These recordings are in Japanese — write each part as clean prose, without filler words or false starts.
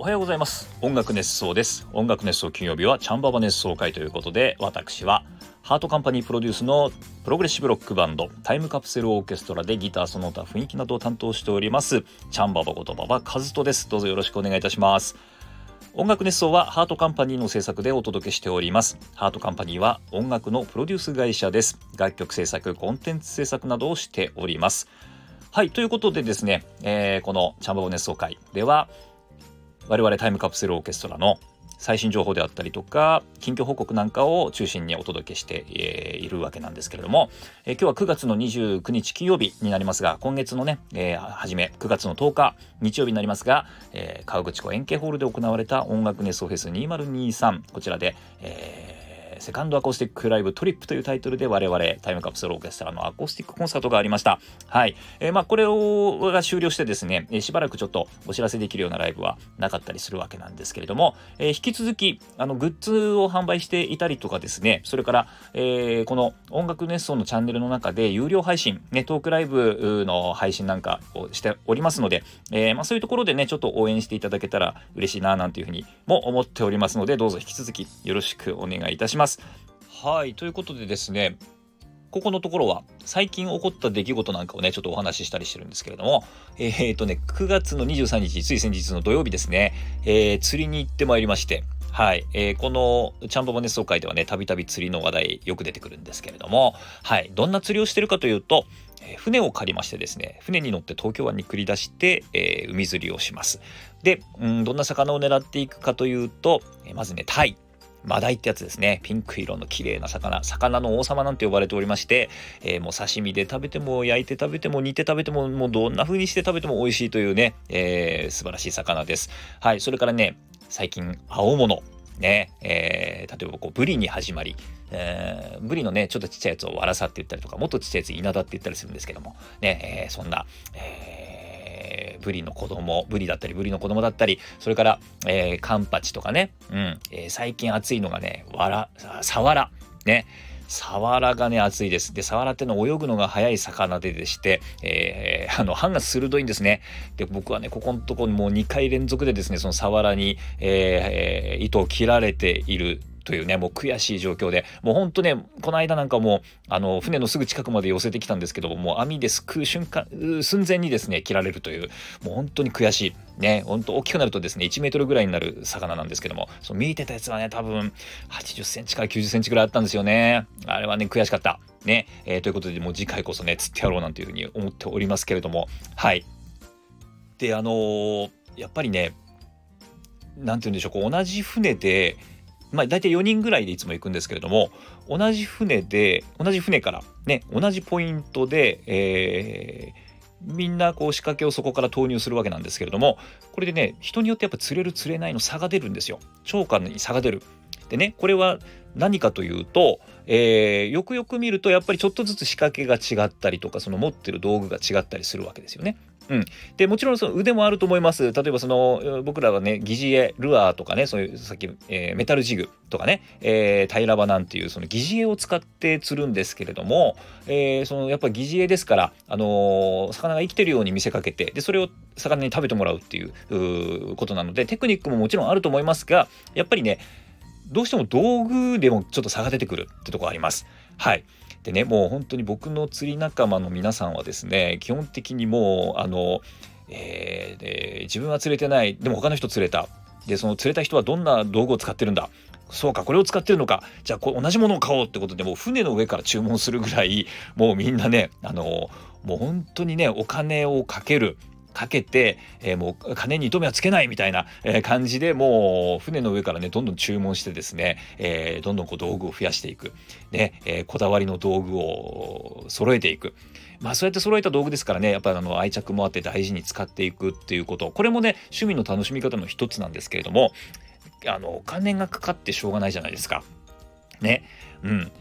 おはようございます。音楽熱奏です。音楽熱奏金曜日はチャンババ熱奏会ということで、私はハートカンパニープロデュースのプログレッシブロックバンドタイムカプセルオーケストラでギターその他雰囲気などを担当しておりますチャンババこと馬場和人です。どうぞよろしくお願いいたします。音楽熱奏はハートカンパニーの制作でお届けしております。ハートカンパニーは音楽のプロデュース会社です。楽曲制作、コンテンツ制作などをしております。はい、ということでですね、このチャンババ熱奏会では我々タイムカプセルオーケストラの最新情報であったりとか近況報告なんかを中心にお届けして、いるわけなんですけれども、今日は9月の29日金曜日になりますが、今月のね、初め9月の10日日曜日になりますが、河口湖円形ホールで行われた音楽熱奏フェス2023、こちらで、セカンドアコースティックライブトリップというタイトルで我々タイムカプセルオーケストラのアコースティックコンサートがありました。はい、これが終了してですね、しばらくちょっとお知らせできるようなライブはなかったりするわけなんですけれども、引き続きグッズを販売していたりとかですね、それから、この音楽熱奏のチャンネルの中で有料配信、トークライブの配信なんかをしておりますので、そういうところでねちょっと応援していただけたら嬉しいななんていうふうにも思っておりますので、どうぞ引き続きよろしくお願いいたします。はい、ということでですね、ここのところは最近起こった出来事なんかをねちょっとお話ししたりしてるんですけれども、9月の23日、つい先日の土曜日ですね、釣りに行ってまいりまして、はい、このチャンババ熱奏会ではねたびたび釣りの話題よく出てくるんですけれども、はい、どんな釣りをしてるかというと、船を借りましてですね、船に乗って東京湾に繰り出して、海釣りをします。で、どんな魚を狙っていくかというと、まずねタイ、マダイってやつですね。ピンク色の綺麗な魚の王様なんて呼ばれておりまして、もう刺身で食べても焼いて食べても煮て食べても、もうどんな風にして食べても美味しいというね、素晴らしい魚です。はい、それからね最近青物ね、例えばこうブリに始まり、ブリのねちょっとちっちゃいやつをワラサって言ったりとか、もっとちっちゃいやつイナダって言ったりするんですけどもね、そんな、ブリの子供、ブリだったりブリの子供だったり、それから、カンパチとかね、最近熱いのがねサワラね、サワラがね熱いです。でサワラってのは泳ぐのが早い魚でして、歯が鋭いんですね。で僕はねここのところもう2回連続でですねそのサワラに、糸を切られているというね、もう悔しい状況で、もうほんとねこの間なんかも船のすぐ近くまで寄せてきたんですけども、う網ですくう瞬間寸前にですね切られるという、もう本当に悔しいね。本当大きくなるとですね1メートルぐらいになる魚なんですけども、その見えてたやつはね多分80センチから90センチぐらいあったんですよね。あれはね悔しかったね、ということでもう次回こそね釣ってやろうなんていうふうに思っておりますけれども、はい。でやっぱりねなんて言うんでしょう、こう同じ船で大体4人ぐらいでいつも行くんですけれども、同じ船からね同じポイントで、みんなこう仕掛けをそこから投入するわけなんですけれども、これでね人によってやっぱ釣れる釣れないの差が出るんですよ。超過に差が出る。でねこれは何かというと、よくよく見るとやっぱりちょっとずつ仕掛けが違ったりとか、その持ってる道具が違ったりするわけですよね。でもちろんその腕もあると思います。例えばその僕らはね疑似餌ルアーとかね、そういうさっき、メタルジグとかね、タイラバなんていうその疑似餌を使って釣るんですけれども、そのやっぱ疑似餌ですから、魚が生きてるように見せかけて、でそれを魚に食べてもらうっていうことなので、テクニックももちろんあると思いますが、やっぱりねどうしても道具でもちょっと差が出てくるってところあります。はい。でねもう本当に僕の釣り仲間の皆さんはですね基本的にもうで自分は釣れてない、でも他の人釣れた、でその釣れた人はどんな道具を使ってるんだ、そうかこれを使ってるのか、じゃあ同じものを買おうってことでもう船の上から注文するぐらい、もうみんなねもう本当にねお金をかけて、もう金に糸目はつけないみたいな、感じでもう船の上からねどんどん注文してですね、どんどんこう道具を増やしていくね、こだわりの道具を揃えていく。そうやって揃えた道具ですからね、やっぱり愛着もあって大事に使っていくっていうこと、これもね趣味の楽しみ方の一つなんですけれども、お金がかかってしょうがないじゃないですかね。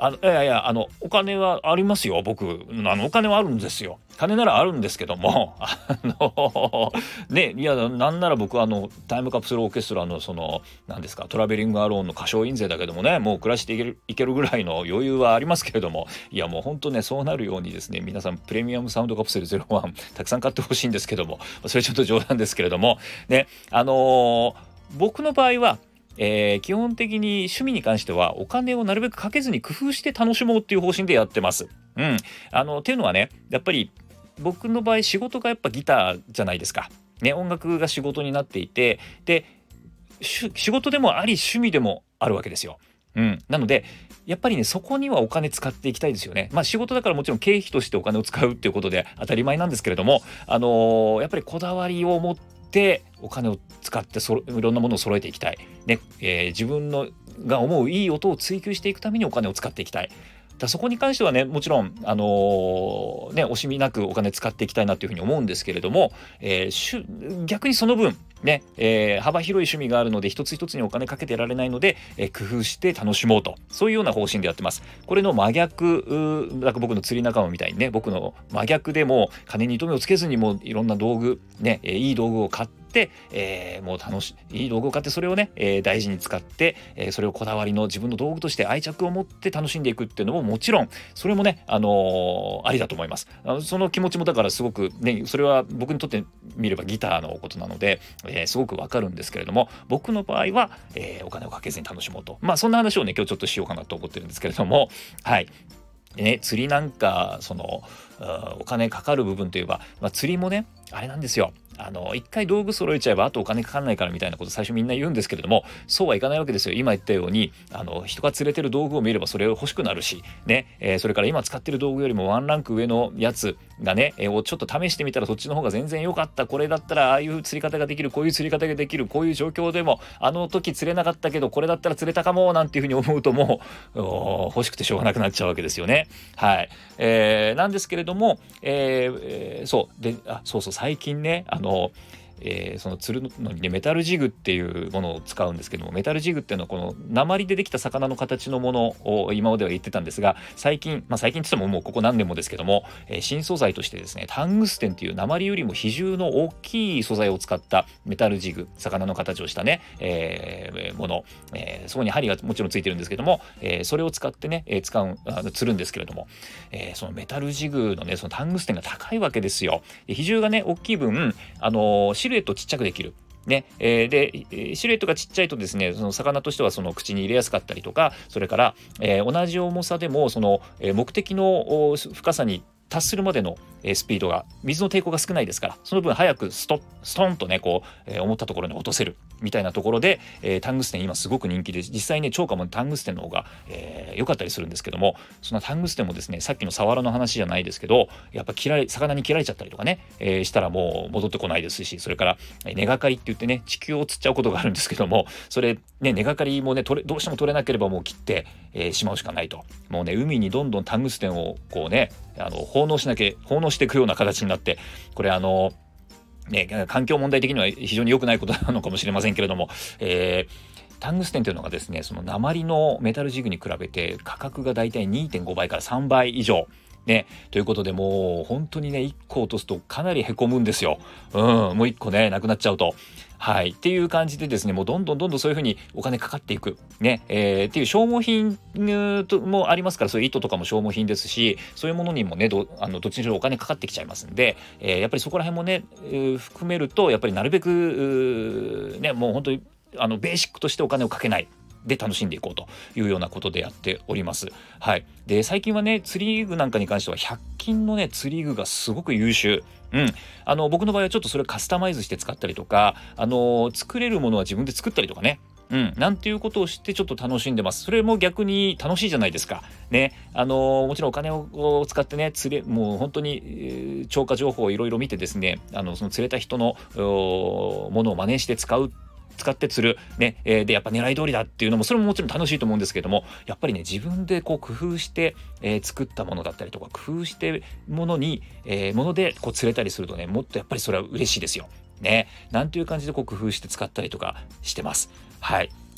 いやいや、お金はありますよ、僕。お金はあるんですよ。金ならあるんですけども、ね、いや、なんなら僕タイムカプセルオーケストラの何ですか、トラベリングアローンの歌唱印税だけでもね、もう暮らしていけるぐらいの余裕はありますけれども、いやもう本当ね、そうなるようにですね、皆さんプレミアムサウンドカプセル01たくさん買ってほしいんですけども、それちょっと冗談ですけれども、ね、僕の場合は、基本的に趣味に関してはお金をなるべくかけずに工夫して楽しもうっていう方針でやってます。うん。っていうのはね、やっぱり僕の場合仕事がやっぱギターじゃないですか。ね、音楽が仕事になっていて、で、仕事でもあり趣味でもあるわけですよ。うん。なので、やっぱりね、そこにはお金使っていきたいですよね。まあ仕事だからもちろん経費としてお金を使うっていうことで当たり前なんですけれども、やっぱりこだわりを持ってお金を使っていろんなものを揃えていきたい。ね、自分のが思ういい音を追求していくためにお金を使っていきたい。そこに関してはね、もちろん、惜しみなくお金使っていきたいなというふうに思うんですけれども、逆にその分、ね、幅広い趣味があるので一つ一つにお金かけてられないので、工夫して楽しもうと、そういうような方針でやってます。これの真逆、なんか僕の釣り仲間みたいにね、僕の真逆でも金に糸目をつけずにもいろんな道具、ね、いい道具を買って、もういい道具を買ってそれをね、大事に使って、それをこだわりの自分の道具として愛着を持って楽しんでいくっていうのももちろんそれもね、ありだと思います。その気持ちもだからすごくね、それは僕にとってみればギターのことなので、すごくわかるんですけれども、僕の場合は、お金をかけずに楽しもうと、まあそんな話をね今日ちょっとしようかなと思ってるんですけれども、はい。でね、釣りなんかお金かかる部分といえば、釣りもねあれなんですよ。一回道具揃えちゃえばあとお金かかんないからみたいなこと最初みんな言うんですけれども、そうはいかないわけですよ。今言ったように人が釣れてる道具を見ればそれを欲しくなるしね、それから今使ってる道具よりもワンランク上のやつがね、をちょっと試してみたらそっちの方が全然良かった、これだったらああいう釣り方ができる、こういう釣り方ができる、こういう状況でもあの時釣れなかったけどこれだったら釣れたかもなんていうふうに思うと、もう欲しくてしょうがなくなっちゃうわけですよね。はい。なんですけれども、そうで、そう最近ね、その釣るのにね、メタルジグっていうものを使うんですけども、メタルジグっていうのはこの鉛でできた魚の形のものを今までは言ってたんですが、最近って言ってももうここ何年もですけども、新素材としてですね、タングステンっていう鉛よりも比重の大きい素材を使ったメタルジグ、魚の形をしたね、もの、そこに針がもちろんついてるんですけども、それを使ってね、釣るんですけれども、そのメタルジグのね、そのタングステンが高いわけですよ。比重がね大きい分、シルエットちっちゃくできる。ね、でシルエットがちっちゃいとですね、その魚としてはその口に入れやすかったりとか、それから、同じ重さでもその、目的の深さに達するまでのスピードが、水の抵抗が少ないですから、その分早くストンとねこう、思ったところに落とせるみたいなところで、タングステン今すごく人気で、実際ね超過もタングステンの方が良かったりするんですけども、そのタングステンもですね、さっきのサワラの話じゃないですけど、やっぱ魚に切られちゃったりとかね、したらもう戻ってこないですし、それから根がかりって言ってね地球を釣っちゃうことがあるんですけども、それね根がかりもねどうしても取れなければもう切って、しまうしかないと。もうね海にどんどんタングステンをこうね奉納していくような形になって、これ環境問題的には非常に良くないことなのかもしれませんけれども、タングステンというのがですね、その鉛のメタルジグに比べて価格がだいたい 2.5 倍から3倍以上ね、ということでもう本当にね1個落とすとかなりへこむんですよ。もう1個ねなくなっちゃうと。はい、っていう感じでですね、もうどんどんそういう風にお金かかっていくね、っていう消耗品もありますから、そういう糸とかも消耗品ですし、そういうものにもねどっちにしろお金かかってきちゃいますんで、やっぱりそこら辺もね、含めるとやっぱりなるべくね、もう本当にベーシックとしてお金をかけないで楽しんでいこうというようなことでやっております。はい。で最近はね釣り具なんかに関しては100均のね釣り具がすごく優秀。僕の場合はちょっとそれをカスタマイズして使ったりとか、作れるものは自分で作ったりとかね、なんていうことをしてちょっと楽しんでます。それも逆に楽しいじゃないですか。ね、もちろんお金を使ってねもう本当に、超過情報をいろいろ見てですね、その釣れた人のものを真似して使って釣るね、でやっぱ狙い通りだっていうのもそれももちろん楽しいと思うんですけども、やっぱりね自分でこう工夫して、作ったものだったりとか工夫してものでこう釣れたりするとね、もっとやっぱりそれは嬉しいですよね。なんていう感じでこう工夫して使ったりとかしてます。はい。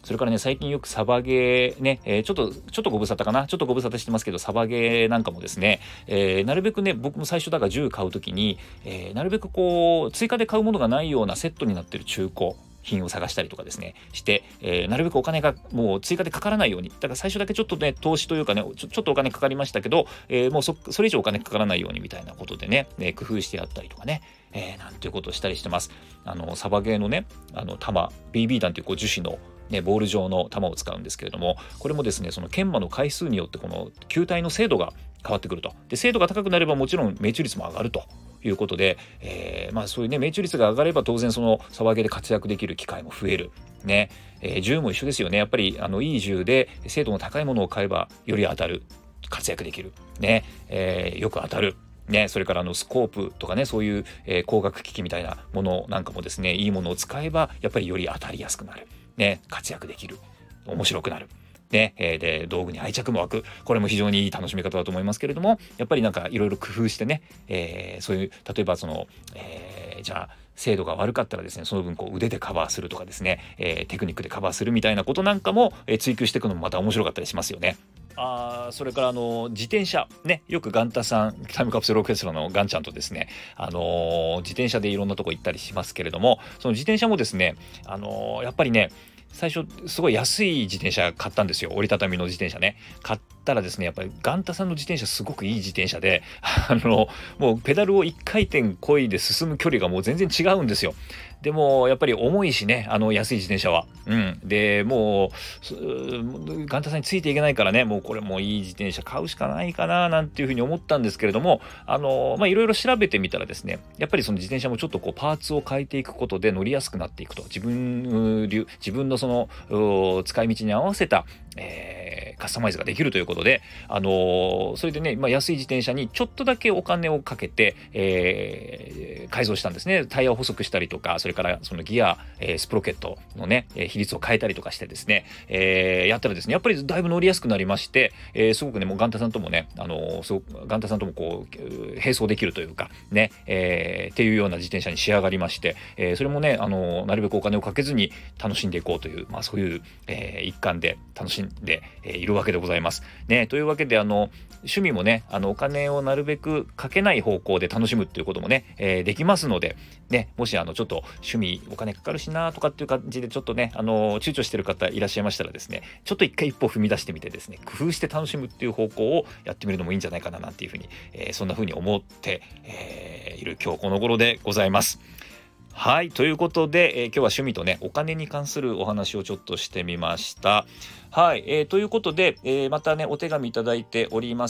それからね、最近よくサバゲーね、ちょっとご無沙汰かな、ちょっとご無沙汰してますけど、サバゲーなんかもですね、なるべくね、僕も最初だから銃買うときに、なるべくこう追加で買うものがないようなセットになってる中古品を探したりとかですねして、なるべくお金がもう追加でかからないように、だから最初だけちょっとね投資というかねちょっとお金かかりましたけど、もうそれ以上お金かからないようにみたいなことでね、工夫してやったりとかね、なんていうことをしたりしてます。サバゲーのね弾 BB 弾という樹脂のボール状の弾を使うんですけれども、これもですねその研磨の回数によってこの球体の精度が変わってくると。で精度が高くなればもちろん命中率も上がるということで、そういうね命中率が上がれば当然そのサバゲーで活躍できる機会も増えるね。銃も一緒ですよね。やっぱりいい銃で精度の高いものを買えばより当たる、活躍できるね、よく当たるね。それからスコープとかね、そういう、光学機器みたいなものなんかもですね、いいものを使えばやっぱりより当たりやすくなるね、活躍できる、面白くなるね、で道具に愛着も湧く。これも非常にいい楽しみ方だと思いますけれども、やっぱりなんかいろいろ工夫してね、そういう例えばその、じゃあ精度が悪かったらですねその分こう腕でカバーするとかですね、テクニックでカバーするみたいなことなんかも、追求していくのもまた面白かったりしますよね。それから自転車ね、よくガンタさんタイムカプセルオーケストラのガンちゃんとですね、自転車でいろんなとこ行ったりしますけれども、その自転車もですね、やっぱりね最初すごい安い自転車買ったんですよ。折りたたみの自転車ね買ったらですね、やっぱりガンタさんの自転車すごくいい自転車でもうペダルを1回転漕いで進む距離がもう全然違うんですよ。でもやっぱり重いしね、安い自転車は、でもうガンタさんについていけないからね、もうこれもいい自転車買うしかないかななんていうふうに思ったんですけれども、いろいろ調べてみたらですね、やっぱりその自転車もちょっとこうパーツを変えていくことで乗りやすくなっていくと、自分のその使い道に合わせた、カスタマイズができるということで、それでね、安い自転車にちょっとだけお金をかけて、改造したんですね。タイヤを細くしたりとか、それからそのギア、スプロケットのね比率を変えたりとかしてですね、やったらですねやっぱりだいぶ乗りやすくなりまして、すごくねもうガンタさんともねガンタさんともこう並走できるというかね、っていうような自転車に仕上がりまして、それもねなるべくお金をかけずに楽しんでいこうという、そういう、一環で楽しんでいるわけでございますね。というわけで趣味もねお金をなるべくかけない方向で楽しむっていうこともね、できますのでね、もしちょっと趣味お金かかるしなとかっていう感じでちょっとね躊躇してる方いらっしゃいましたらですね、ちょっと一歩踏み出してみてですね、工夫して楽しむっていう方向をやってみるのもいいんじゃないかななんていうふうに、そんなふうに思って、いる今日この頃でございます。はい、ということで、今日は趣味とねお金に関するお話をちょっとしてみました。はい、ということで、またねお手紙いただいております。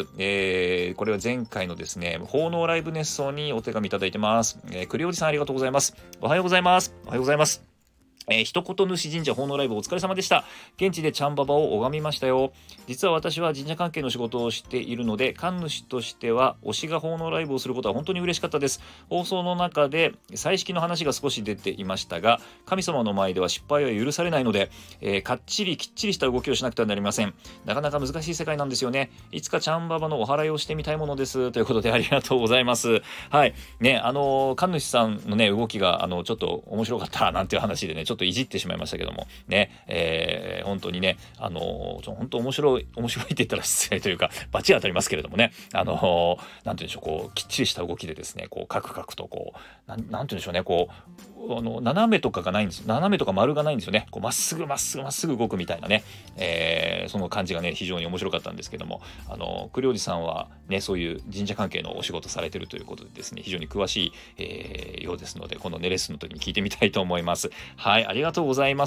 これは前回のですね奉納ライブ熱奏にお手紙いただいてます。栗おじさんありがとうございます。おはようございます。おはようございます。一言主神社奉納ライブお疲れ様でした。現地でチャンババを拝みましたよ。実は私は神社関係の仕事をしているので、神主としては推しが奉納ライブをすることは本当に嬉しかったです。放送の中で彩色の話が少し出ていましたが、神様の前では失敗は許されないので、きっちりした動きをしなくてはなりません。なかなか難しい世界なんですよね。いつかチャンババのお祓いをしてみたいものです。ということでありがとうございます。はいね、神主さんのね動きがちょっと面白かったなんていう話でねちょっといじってしまいましたけどもね、本当にね本当面白いって言ったら失礼というかバチ当たりますけれどもね、なんて言うんでしょう、こうきっちりした動きでですねこうカクカクとこうなんて言うんでしょうね、こう斜めとかがないんです。斜めとか丸がないんですよね。こうまっすぐ動くみたいなね、その感じがね非常に面白かったんですけども、栗おじさんはねそういう神社関係のお仕事されてるということでですね非常に詳しい、ようですので、このレッスンの時に聞いてみたいと思います。はい、ありがとうございます。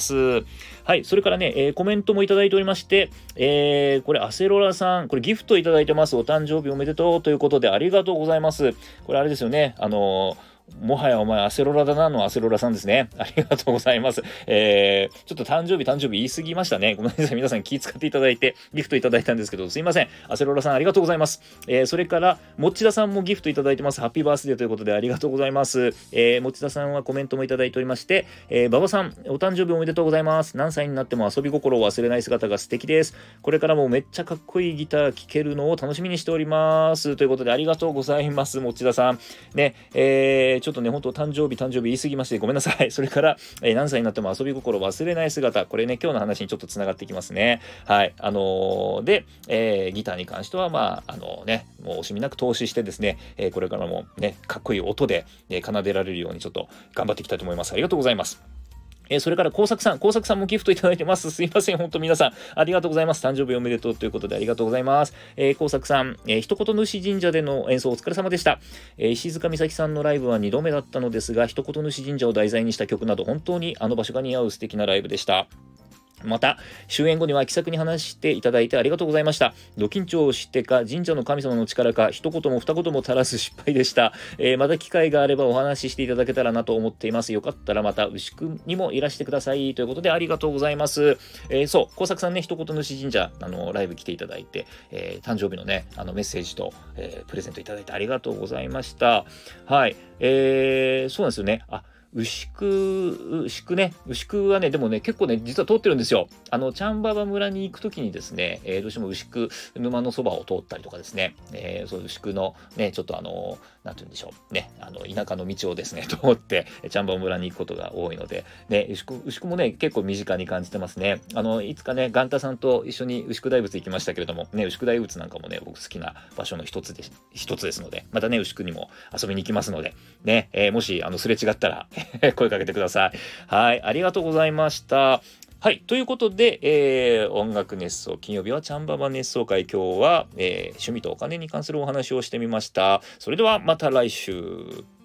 はい、それからね、コメントもいただいておりまして、これアセロラさん、これギフトいただいてます。お誕生日おめでとうということでありがとうございます。これあれですよね、もはやお前アセロラだなのアセロラさんですね。ありがとうございます。ちょっと誕生日言い過ぎましたね。ごめんなさい。皆さん気遣っていただいてギフトいただいたんですけど、すいません。アセロラさんありがとうございます。それから持田さんもギフトいただいてます。ハッピーバースデーということでありがとうございます。持田さんはコメントもいただいておりまして、馬場さんお誕生日おめでとうございます。何歳になっても遊び心を忘れない姿が素敵です。これからもめっちゃかっこいいギター聴けるのを楽しみにしておりますということでありがとうございます。持田さんね、 ちょっとね本当誕生日言い過ぎましてごめんなさい。それから、何歳になっても遊び心忘れない姿、これね今日の話にちょっとつながってきますね。はい。で、ギターに関してはもう惜しみなく投資してですね、これからもねかっこいい音で、奏でられるようにちょっと頑張っていきたいと思います。ありがとうございます。それから工作さんもギフトいただいてます。すいません。本当皆さんありがとうございます。誕生日おめでとうということでありがとうございます。工作さん、一言主神社での演奏お疲れ様でした。石塚美咲さんのライブは2度目だったのですが、一言主神社を題材にした曲など本当にあの場所が似合う素敵なライブでした。また終演後には気さくに話していただいてありがとうございました。ド緊張してか神社の神様の力か一言も二言も足らず失敗でした。また機会があればお話ししていただけたらなと思っています。よかったらまた牛久にもいらしてくださいということでありがとうございます。そう工作さんね一言主神社ライブ来ていただいて、誕生日のねメッセージと、プレゼントいただいてありがとうございました。はい、そうなんですよね。牛久はね、でもね、結構ね、実は通ってるんですよ。チャンババ村に行くときにですね、どうしても牛久沼のそばを通ったりとかですね、そう牛久のね、ちょっとなんて言うんでしょう、ね、田舎の道をですね、通って、チャンババ村に行くことが多いので、ね、牛久もね、結構身近に感じてますね。いつかね、元太さんと一緒に牛久大仏行きましたけれども、ね、牛久大仏なんかもね、僕好きな場所の一つですので、またね、牛久にも遊びに行きますので、ね、もし、すれ違ったら、声かけてください。はい、ありがとうございました。はい、ということで、音楽熱奏金曜日はチャンババ熱奏会、今日は、趣味とお金に関するお話をしてみました。それではまた来週。